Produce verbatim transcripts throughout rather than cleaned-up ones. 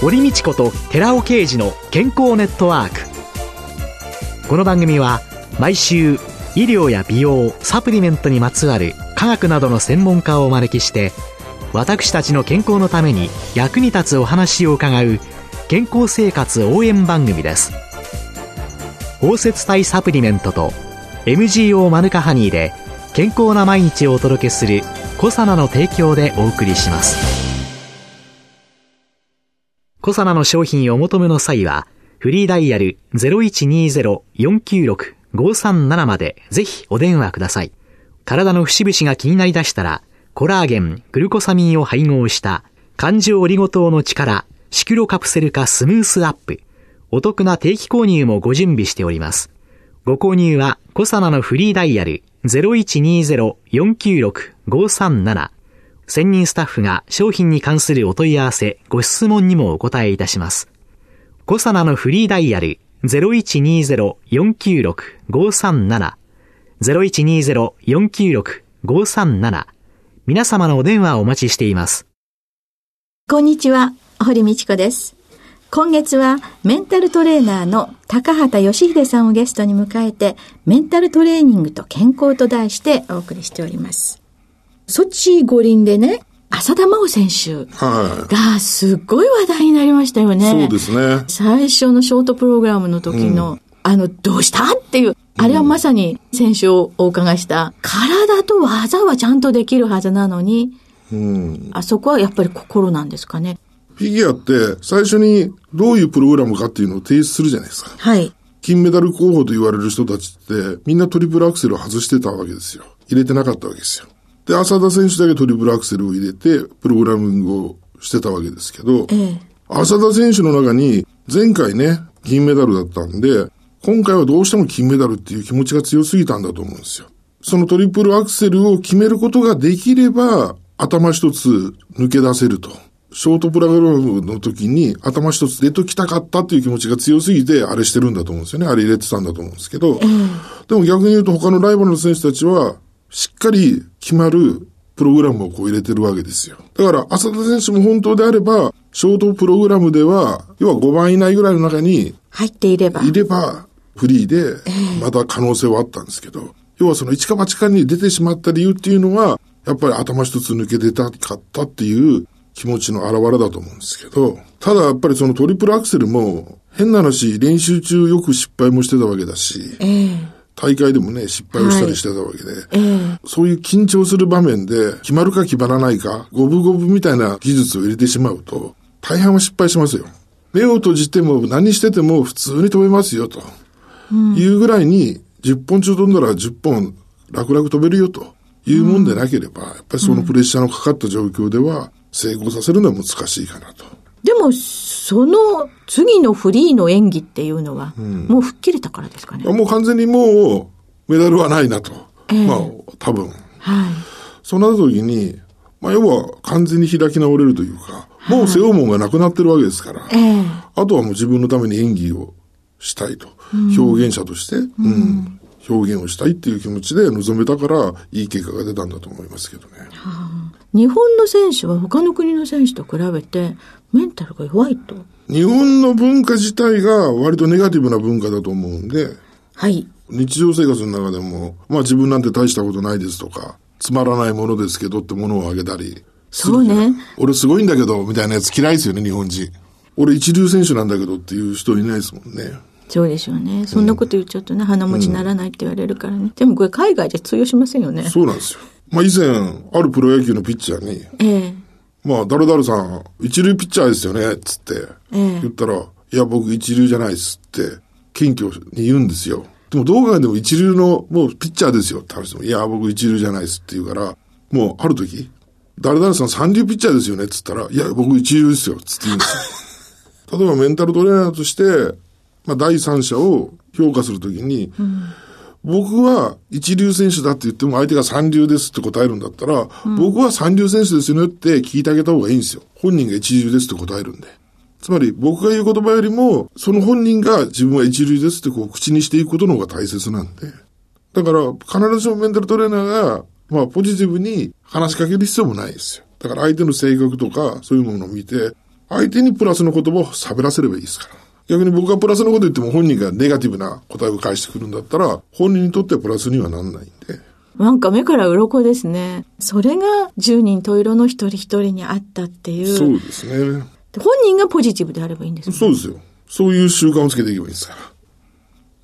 堀道子と寺尾啓二の健康ネットワーク。この番組は毎週医療や美容、サプリメントにまつわる科学などの専門家をお招きして、私たちの健康のために役に立つお話を伺う健康生活応援番組です。包摂体サプリメントと エムジーオー マヌカハニーで健康な毎日をお届けするコサナの提供でお送りします。コサナの商品をお求めの際はフリーダイヤル ゼロいちにゼロ よんきゅうろく ごさんなな までぜひお電話ください。体の節々が気になりだしたら、コラーゲン、グルコサミンを配合した環状オリゴ糖の力シクロカプセル化スムースアップ、お得な定期購入もご準備しております。ご購入はコサナのフリーダイヤル ゼロいちにゼロ よんきゅうろく ごさんなな、専任スタッフが商品に関するお問い合わせ、ご質問にもお答えいたします。コサナのフリーダイヤル ゼロいちにゼロ よんきゅうろく ごさんなな ゼロいちにゼロ よんきゅうろく ごさんなな、皆様のお電話をお待ちしています。 こんにちは、堀道子です。今月はメンタルトレーナーの高畑義秀さんをゲストに迎えて、メンタルトレーニングと健康と題してお送りしております。ソチ五輪でね、浅田真央選手がすっごい話題になりましたよね。 そうですね。 最初のショートプログラムの時の、うん、あの、どうしたっていう、あれはまさに選手をお伺いした、体と技はちゃんとできるはずなのに、うん、あそこはやっぱり心なんですかね。 フィギュアって最初にどういうプログラムかっていうのを提出するじゃないですか。 はい。 金メダル候補と言われる人たちってみんなトリプルアクセルを外してたわけですよ。入れてなかったわけですよ。で、浅田選手だけトリプルアクセルを入れてプログラミングをしてたわけですけど、ええ、浅田選手の中に前回ね、銀メダルだったんで、今回はどうしても金メダルっていう気持ちが強すぎたんだと思うんですよ。そのトリプルアクセルを決めることができれば、頭一つ抜け出せると。ショートプログラムの時に頭一つ出ときたかったっていう気持ちが強すぎて、あれしてるんだと思うんですよね。あれ入れてたんだと思うんですけど、うん、でも逆に言うと他のライバルの選手たちは、しっかり決まるプログラムをこう入れてるわけですよ。だから浅田選手も本当であれば、ショートプログラムでは、要はごばん以内ぐらいの中に入っていれば、 いればフリーでまた可能性はあったんですけど、えー、要はその一か八かに出てしまった理由っていうのは、やっぱり頭一つ抜け出たかったっていう気持ちの表れだと思うんですけど、ただやっぱりそのトリプルアクセルも変な話、練習中よく失敗もしてたわけだし、えー大会でもね、失敗をしたりしてたわけで、はいえー、そういう緊張する場面で、決まるか決まらないか、五分五分みたいな技術を入れてしまうと、大半は失敗しますよ。目を閉じても何してても普通に飛べますよ、というぐらいに、じゅっぽん中飛んだらじゅっぽん楽々飛べるよ、というもんでなければ、やっぱりそのプレッシャーのかかった状況では、成功させるのは難しいかなと。 でも、その次のフリーの演技っていうのは、うん、もう吹っ切れたからですかね。 もう完全にもうメダルはないなと。えー、まあ、多分。はい。そうなった時に、まあ、要は完全に開き直れるというか、もう背負うもんがなくなってるわけですから、えー、あとはもう自分のために演技をしたいと。うん、表現者として、うんうん、表現をしたいっていう気持ちで臨めたから、いい結果が出たんだと思いますけどね。 はあ、日本の選手は他の国の選手と比べて、メンタルが弱いと。 日本の文化自体が割とネガティブな文化だと思うんで、 はい。 日常生活の中でも、まあ自分なんて大したことないですとか、つまらないものですけどってものをあげたり。 そうね。 俺すごいんだけど、みたいなやつ嫌いですよね、日本人。俺一流選手なんだけどっていう人いないですもんね。 そうでしょうね。そんなこと言っちゃうとね、うん、鼻持ちならないって言われるからね。うん、でもこれ海外じゃ通用しませんよね。 そうなんですよ。まあ以前、あるプロ野球のピッチャーに、ええまあ、誰々さん、一流ピッチャーですよね、つって、言ったら、ええ、いや、僕一流じゃないですって、謙虚に言うんですよ。でも、どう考えても一流の、もうピッチャーですよって話でも、いや、僕一流じゃないですって言うから、もう、ある時、誰々さん三流ピッチャーですよね、つったら、いや、僕一流ですよ、つって言うんですよ。例えば、メンタルトレーナーとして、まあ、第三者を評価するときに、うん僕は一流選手だって言っても相手が三流ですって答えるんだったら、うん、僕は三流選手ですよねって聞いてあげた方がいいんですよ。本人が一流ですって答えるんで。つまり僕が言う言葉よりも、その本人が自分は一流ですってこう口にしていくことの方が大切なんで。だから必ずしもメンタルトレーナーが、まあポジティブに話しかける必要もないですよ。だから相手の性格とかそういうものを見て、 相手にプラスの言葉を喋らせればいいですから。逆に僕がプラスのこと言っても本人がネガティブな答えを返してくるんだったら、本人にとってはプラスにはなんないんで。 なんか目から鱗ですね。それがじゅうにん十色の一人一人にあったっていう。 そうですね。 本人がポジティブであればいいんですね。 そうですよ。そういう習慣をつけていけばいいんですから。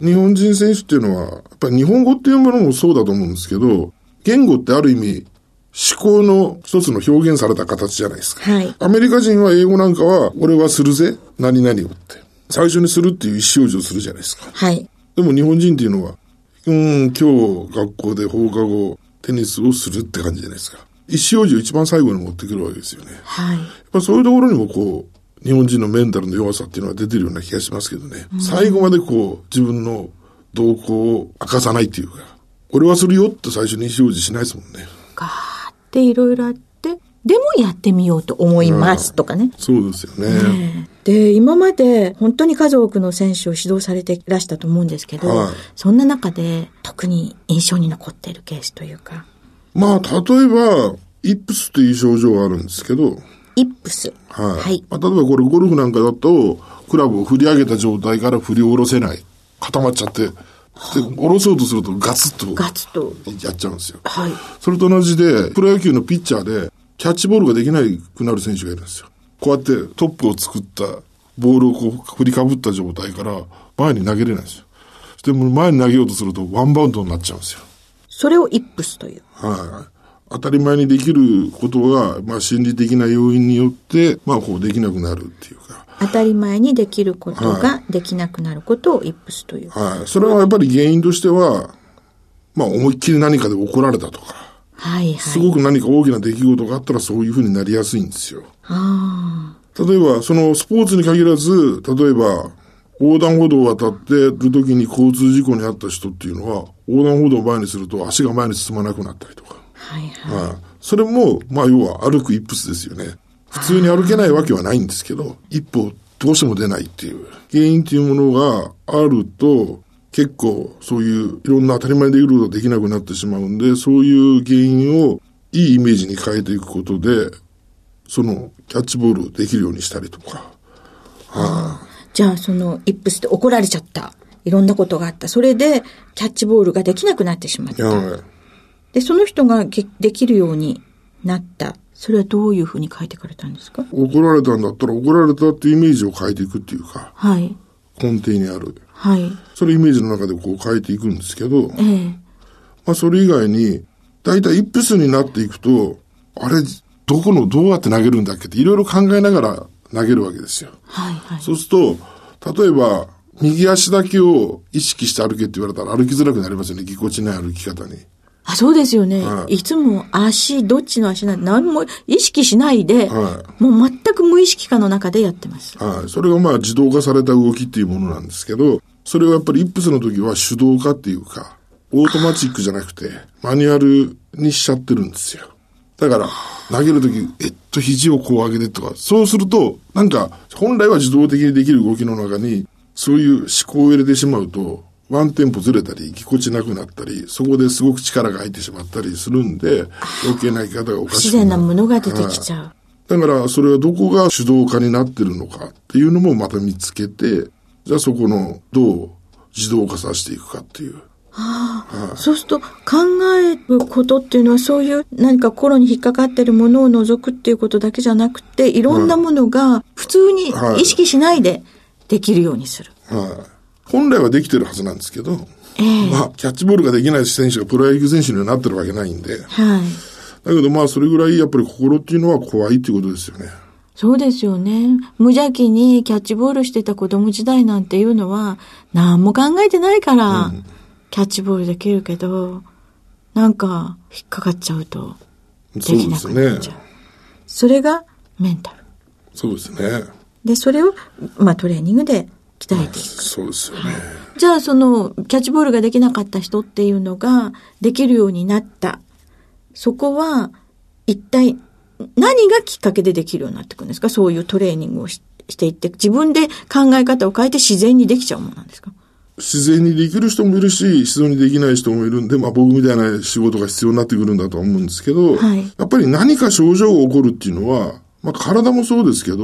日本人選手っていうのは、やっぱり日本語っていうものもそうだと思うんですけど、言語ってある意味、思考の一つの表現された形じゃないですか。 はい。 アメリカ人は英語なんかは、俺はするぜ、何々をって。最初にするっていう意思表示をするじゃないですか。 はい。 でも日本人っていうのは、うん、今日学校で放課後テニスをするって感じじゃないですか。意思表示を一番最後に持ってくるわけですよね。 はい。やっぱそういうところにもこう、日本人のメンタルの弱さっていうのは出てるような気がしますけどね。うん、最後までこう、自分の動向を明かさないっていうか、俺はするよって最初に意思表示しないですもんね。 ガーっていろいろあって、でもやってみようと思いますとかね。 そうですよね。 ねで、今まで本当に数多くの選手を指導されていらしたと思うんですけど、はい、そんな中で特に印象に残っているケースというか。 まあ、例えば、イップスという症状があるんですけど。 イップス。 はい。 はい。 まあ、例えばこれゴルフなんかだと、クラブを振り上げた状態から振り下ろせない。固まっちゃって。で、下ろそうとするとガツッと。 ガツッと。 やっちゃうんですよ。 はい。 それと同じで、プロ野球のピッチャーで、キャッチボールができなくなる選手がいるんですよ。こうやってトップを作ったボールをこう振りかぶった状態から前に投げれないんですよ。そして前に投げようとするとワンバウンドになっちゃうんですよ。 それをイップスという。 はい。当たり前にできることが、まあ心理的な要因によって、まあこうできなくなるっていうか。 当たり前にできることができなくなることをイップスという。 はい。それはやっぱり原因としては、まあ思いっきり何かで怒られたとか。 はいはい。 すごく何か大きな出来事があったらそういうふうになりやすいんですよ。 あ例えば、そのスポーツに限らず、例えば、横断歩道を渡ってる時に交通事故に遭った人っていうのは、横断歩道を前にすると足が前に進まなくなったりとか。 はいはい。 はい、それも、まあ要は歩くイップスですよね。普通に歩けないわけはないんですけど、一歩どうしても出ないっていう。原因っていうものがあると、結構そういういろんな当たり前にできることができなくなってしまうんで、そういう原因をいいイメージに変えていくことで、そのキャッチボールできるようにしたりとか。はあ、じゃあそのイップスで怒られちゃった。いろんなことがあった。それでキャッチボールができなくなってしまった。で、その人ができるようになった。それはどういうふうに変えてくれたんですか？ 怒られたんだったら怒られたっていうイメージを変えていくっていうか。 はい。 根底にある。 はい。 それイメージの中でこう変えていくんですけど、 ええ、 まあそれ以外に、だいたいイップスになっていくと、あれ、どこのどうやって投げるんだっけっていろいろ考えながら投げるわけですよ。 はいはい。 そうすると、例えば、右足だけを意識して歩けって言われたら歩きづらくなりますよね。ぎこちない歩き方に。 あ、そうですよね。 はい、 いつも足、どっちの足なんて何も意識しないで、 はい、 もう全く無意識化の中でやってます。 はい。それがまあ自動化された動きっていうものなんですけど、それはやっぱりイップスの時は手動化っていうか、オートマチックじゃなくて、マニュアルにしちゃってるんですよ。だから、投げる時、えっと、肘をこう上げてとか、そうすると、なんか、本来は自動的にできる動きの中に、そういう思考を入れてしまうと、ワンテンポずれたり、ぎこちなくなったり、そこですごく力が入ってしまったりするんで、余計な生き方がおかしい。 不自然なものが出てきちゃう。 だから、それはどこが手動化になってるのかっていうのもまた見つけて、じゃあそこの、どう自動化させていくかっていう。 はあはあ、そうすると考えることっていうのはそういう何か心に引っかかってるものを除くっていうことだけじゃなくて、いろんなものが普通に意識しないでできるようにする。 はいはい、本来はできてるはずなんですけど、 えー、 まあキャッチボールができない選手がプロ野球選手にはなってるわけないんで、 はい、 だけどまあそれぐらいやっぱり心っていうのは怖いっていうことですよね。 そうですよね。無邪気にキャッチボールしてた子供時代なんていうのは何も考えてないから、うん、キャッチボールできるけど、なんか引っかかっちゃうとできなくなっちゃう。そうですね。それがメンタル。 そうですね。 で、それを、まあトレーニングで鍛えていく。 そうですよね。 じゃあそのキャッチボールができなかった人っていうのができるようになった。そこは一体何がきっかけでできるようになっていくんですか？そういうトレーニングを し, していって自分で考え方を変えて自然にできちゃうものなんですか？ 自然にできる人もいるし、自然にできない人もいるんで、まあ僕みたいな仕事が必要になってくるんだとは思うんですけど、 はい、 やっぱり何か症状が起こるっていうのは、まあ体もそうですけど、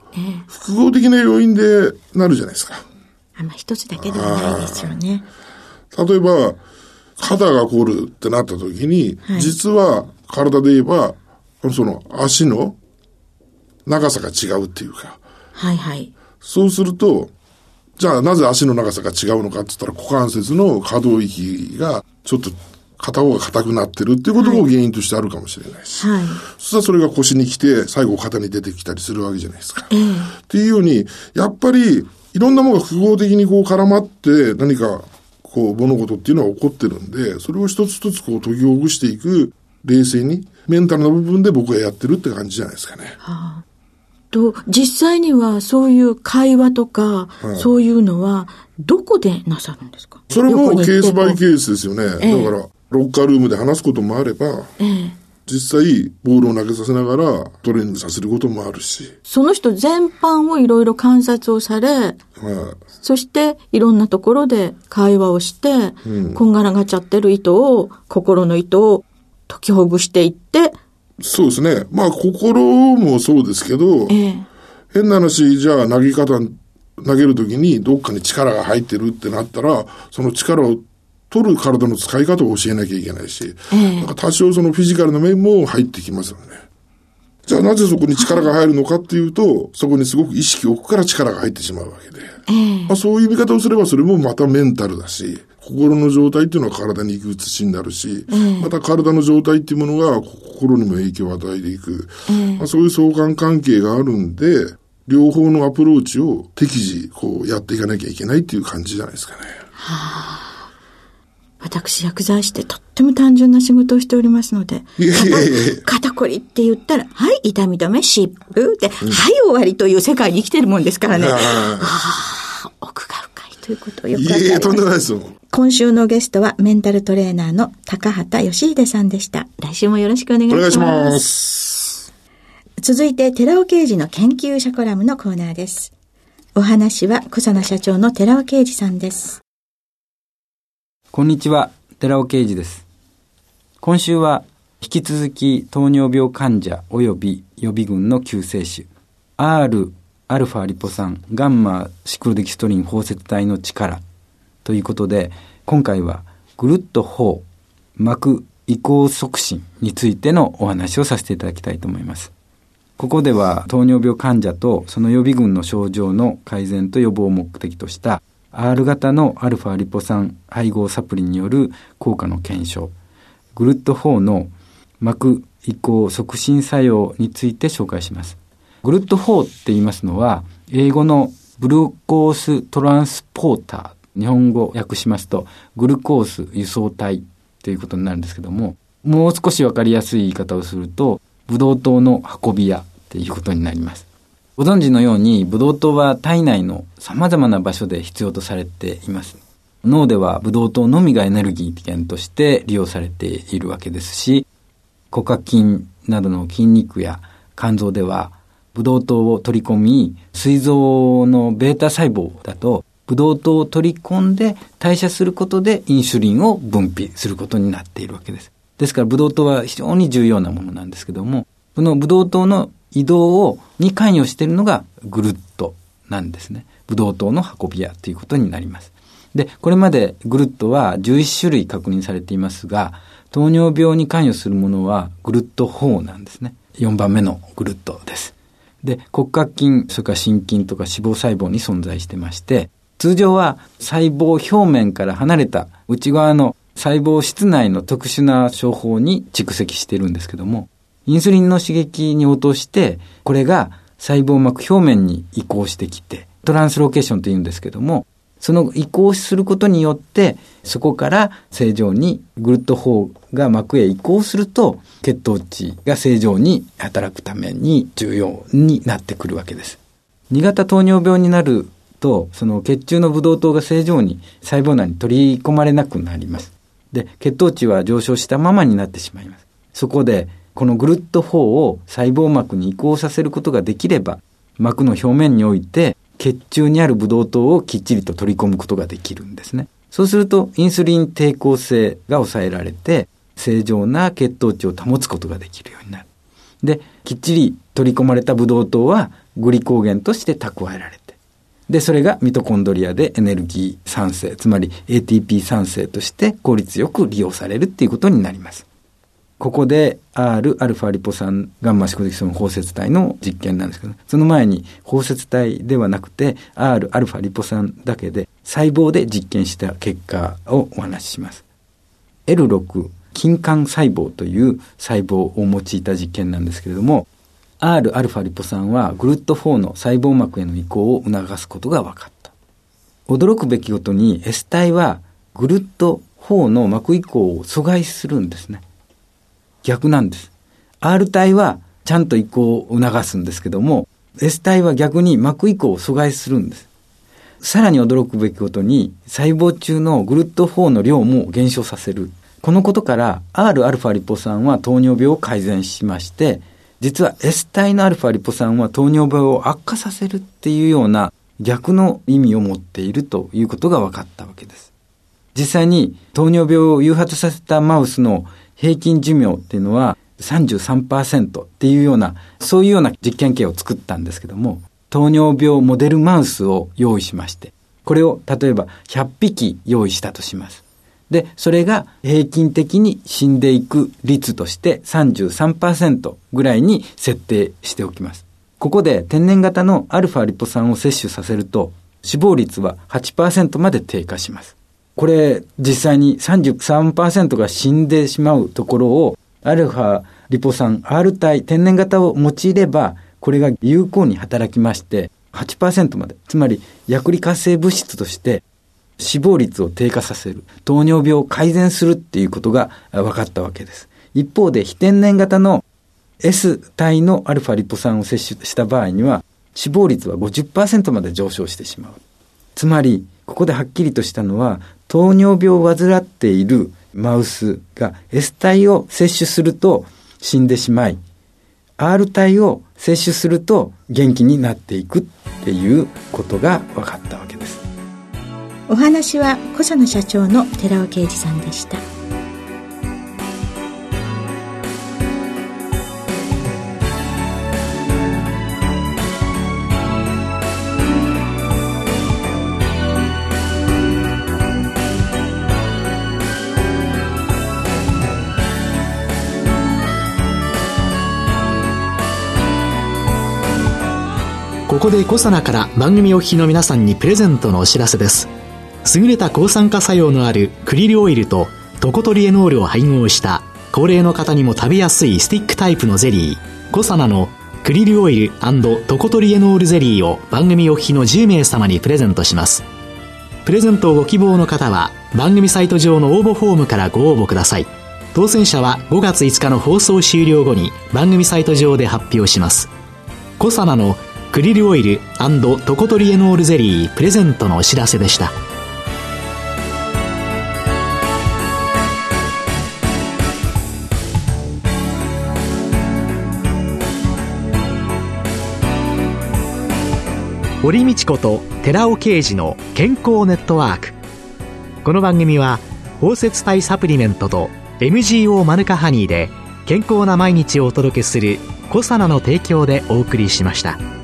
えー、 複合的な要因でなるじゃないですか。 あ、まあ、一つだけではないですよね。 例えば、肩が凝るってなった時に、はい、実は体で言えば、その足の長さが違うっていうか。 はいはい。 そうすると、じゃあなぜ足の長さが違うのかって言ったら、股関節の可動域がちょっと片方が硬くなってるっていうことも原因としてあるかもしれないし。はい。そしたらそれが腰に来て、最後肩に出てきたりするわけじゃないですか。えー、っていうように、やっぱりいろんなものが複合的にこう絡まって何かこう物事っていうのは起こってるんで、それを一つ一つこう解きほぐしていく、冷静にメンタルの部分で僕がやってるって感じじゃないですかね。 はあ、と実際にはそういう会話とか、はい、そういうのはどこでなさるんですか？ それもケースバイケースですよね。ええ、だからロッカールームで話すこともあれば、ええ、実際ボールを投げさせながらトレーニングさせることもあるし、 その人全般をいろいろ観察をされ、はい、そしていろんなところで会話をして、うん、こんがらがっちゃってる意図を、心の意図を解きほぐしていって、 そうですね。まあ心もそうですけど、ええ、変な話、じゃあ投げ方投げるときにどっかに力が入ってるってなったら、その力を取る体の使い方を教えなきゃいけないし、ええ、なんか多少そのフィジカルな面も入ってきますよね。じゃあなぜそこに力が入るのかっていうと、そこにすごく意識を置くから力が入ってしまうわけで、ええ、まあ、そういう見方をすればそれもまたメンタルだし、心の状態っていうのは体に行く写しになるし、ええ、また体の状態っていうものが心にも影響を与えていく、ええ、まあ、そういう相関関係があるんで、両方のアプローチを適時こうやっていかなきゃいけないっていう感じじゃないですかね。 はあ、私薬剤師でとっても単純な仕事をしておりますので、 いやいやいや肩こりって言ったら、はい、痛み止め、湿布で、うん、はい、終わりという世界に生きてるもんですからね。はあ、奥が深いということをよくわかります。 いやいや、とんでもないですよ。 今週のゲストはメンタルトレーナーの高畑義秀さんでした。来週もよろしくお願いします。 お願いします。 続いて、寺尾啓二の研究者コラムのコーナーです。お話は小佐奈社長の寺尾啓二さんです。 こんにちは、寺尾啓二です。今週は引き続き糖尿病患者及び予備軍の救世主 Rα リポ酸ガンマシクロデキストリン包摂体の力ということで、今回はぐるっと包膜移行促進についてのお話をさせていただきたいと思います。ここでは糖尿病患者とその予備軍の症状の改善と予防を目的としたR 型の α リポ酸配合サプリによる効果の検証、グルットフォーの膜移行促進作用について紹介します。グルットフォーって言いますのは、英語のブルコーストランスポーター、日本語訳しますとグルコース輸送体ということになるんですけども、もう少しわかりやすい言い方をすると、ブドウ糖の運び屋ということになります。ご存知のように、ブドウ糖は体内の様々な場所で必要とされています。脳ではブドウ糖のみがエネルギー源として利用されているわけですし、骨格筋などの筋肉や肝臓ではブドウ糖を取り込み、膵臓のベータ細胞だとブドウ糖を取り込んで代謝することでインスリンを分泌することになっているわけです。ですからブドウ糖は非常に重要なものなんですけども、このブドウ糖の移動をに関与しているのがグルットなんですね。ブドウ糖の運び屋ということになります。で、これまでグルットはじゅういち種類確認されていますが、糖尿病に関与するものはグルットフォーなんですね。よんばんめのグルットです。で、骨格筋、それから心筋とか脂肪細胞に存在してまして、通常は細胞表面から離れた内側の細胞質内の特殊な小胞に蓄積しているんですけども、インスリンの刺激に応答して、これが細胞膜表面に移行してきて、トランスローケーションというんですけども、その移行することによって、そこから正常にグルットフォーが膜へ移行すると、血糖値が正常に働くために重要になってくるわけです。に型糖尿病になると、その血中のブドウ糖が正常に細胞内に取り込まれなくなります。で、血糖値は上昇したままになってしまいます。そこで、このグルットフォーを細胞膜に移行させることができれば、膜の表面において血中にあるブドウ糖をきっちりと取り込むことができるんですね。そうするとインスリン抵抗性が抑えられて、正常な血糖値を保つことができるようになる。で、きっちり取り込まれたブドウ糖はグリコーゲンとして蓄えられて、でそれがミトコンドリアでエネルギー産生、つまり エーティーピー 産生として効率よく利用されるっていうことになります。ここで Rα リポ酸ガンマ宿敵素包摂体の実験なんですけど、その前に包摂体ではなくて Rα リポ酸だけで細胞で実験した結果をお話しします。エルろく 筋管細胞という細胞を用いた実験なんですけれども、Rα リポ酸はグルットフォーの細胞膜への移行を促すことが分かった。驚くべきことに S 体はグルットフォーの膜移行を阻害するんですね。逆なんです。R 体はちゃんと移行を促すんですけども、S 体は逆に膜移行を阻害するんです。さらに驚くべきことに細胞中のグルットフォーの量も減少させる。このことから Rα リポ酸は糖尿病を改善しまして、実は S 体の α リポ酸は糖尿病を悪化させるっていうような逆の意味を持っているということが分かったわけです。実際に糖尿病を誘発させたマウスの平均寿命っていうのは さんじゅうさんパーセント っていうような、そういうような実験系を作ったんですけども、糖尿病モデルマウスを用意しまして、これを例えばひゃっぴき用意したとします。で、それが平均的に死んでいく率として さんじゅうさんパーセント ぐらいに設定しておきます。ここで天然型の α リポ酸を摂取させると死亡率は はちパーセント まで低下します。これ実際に さんじゅうさんパーセント が死んでしまうところを α リポ酸 R 体天然型を用いれば、これが有効に働きまして はちパーセント まで、つまり薬理活性物質として死亡率を低下させる、糖尿病を改善するっていうことが分かったわけです。一方で非天然型の S 体の α リポ酸を摂取した場合には死亡率は ごじゅっパーセント まで上昇してしまう。つまりここではっきりとしたのは、糖尿病を患っているマウスが S 体を摂取すると死んでしまい、 R 体を摂取すると元気になっていくっていうことが分かったわけです。 お話は小佐野社長の寺尾啓二さんでした。 ここでコサナから番組お聞きの皆さんにプレゼントのお知らせです。優れた抗酸化作用のあるクリルオイルとトコトリエノールを配合した高齢の方にも食べやすいスティックタイプのゼリー、コサナのクリルオイル&トコトリエノールゼリーを番組お聞きのじゅうめいさまにプレゼントします。プレゼントをご希望の方は番組サイト上の応募フォームからご応募ください。当選者はごがついつかの放送終了後に番組サイト上で発表します。コサナのクリルオイル&トコトリエノールゼリープレゼントのお知らせでした。堀道子と寺尾啓二の健康ネットワーク。この番組は包摂体サプリメントと エムジーオー マヌカハニーで健康な毎日をお届けするコサナの提供でお送りしました。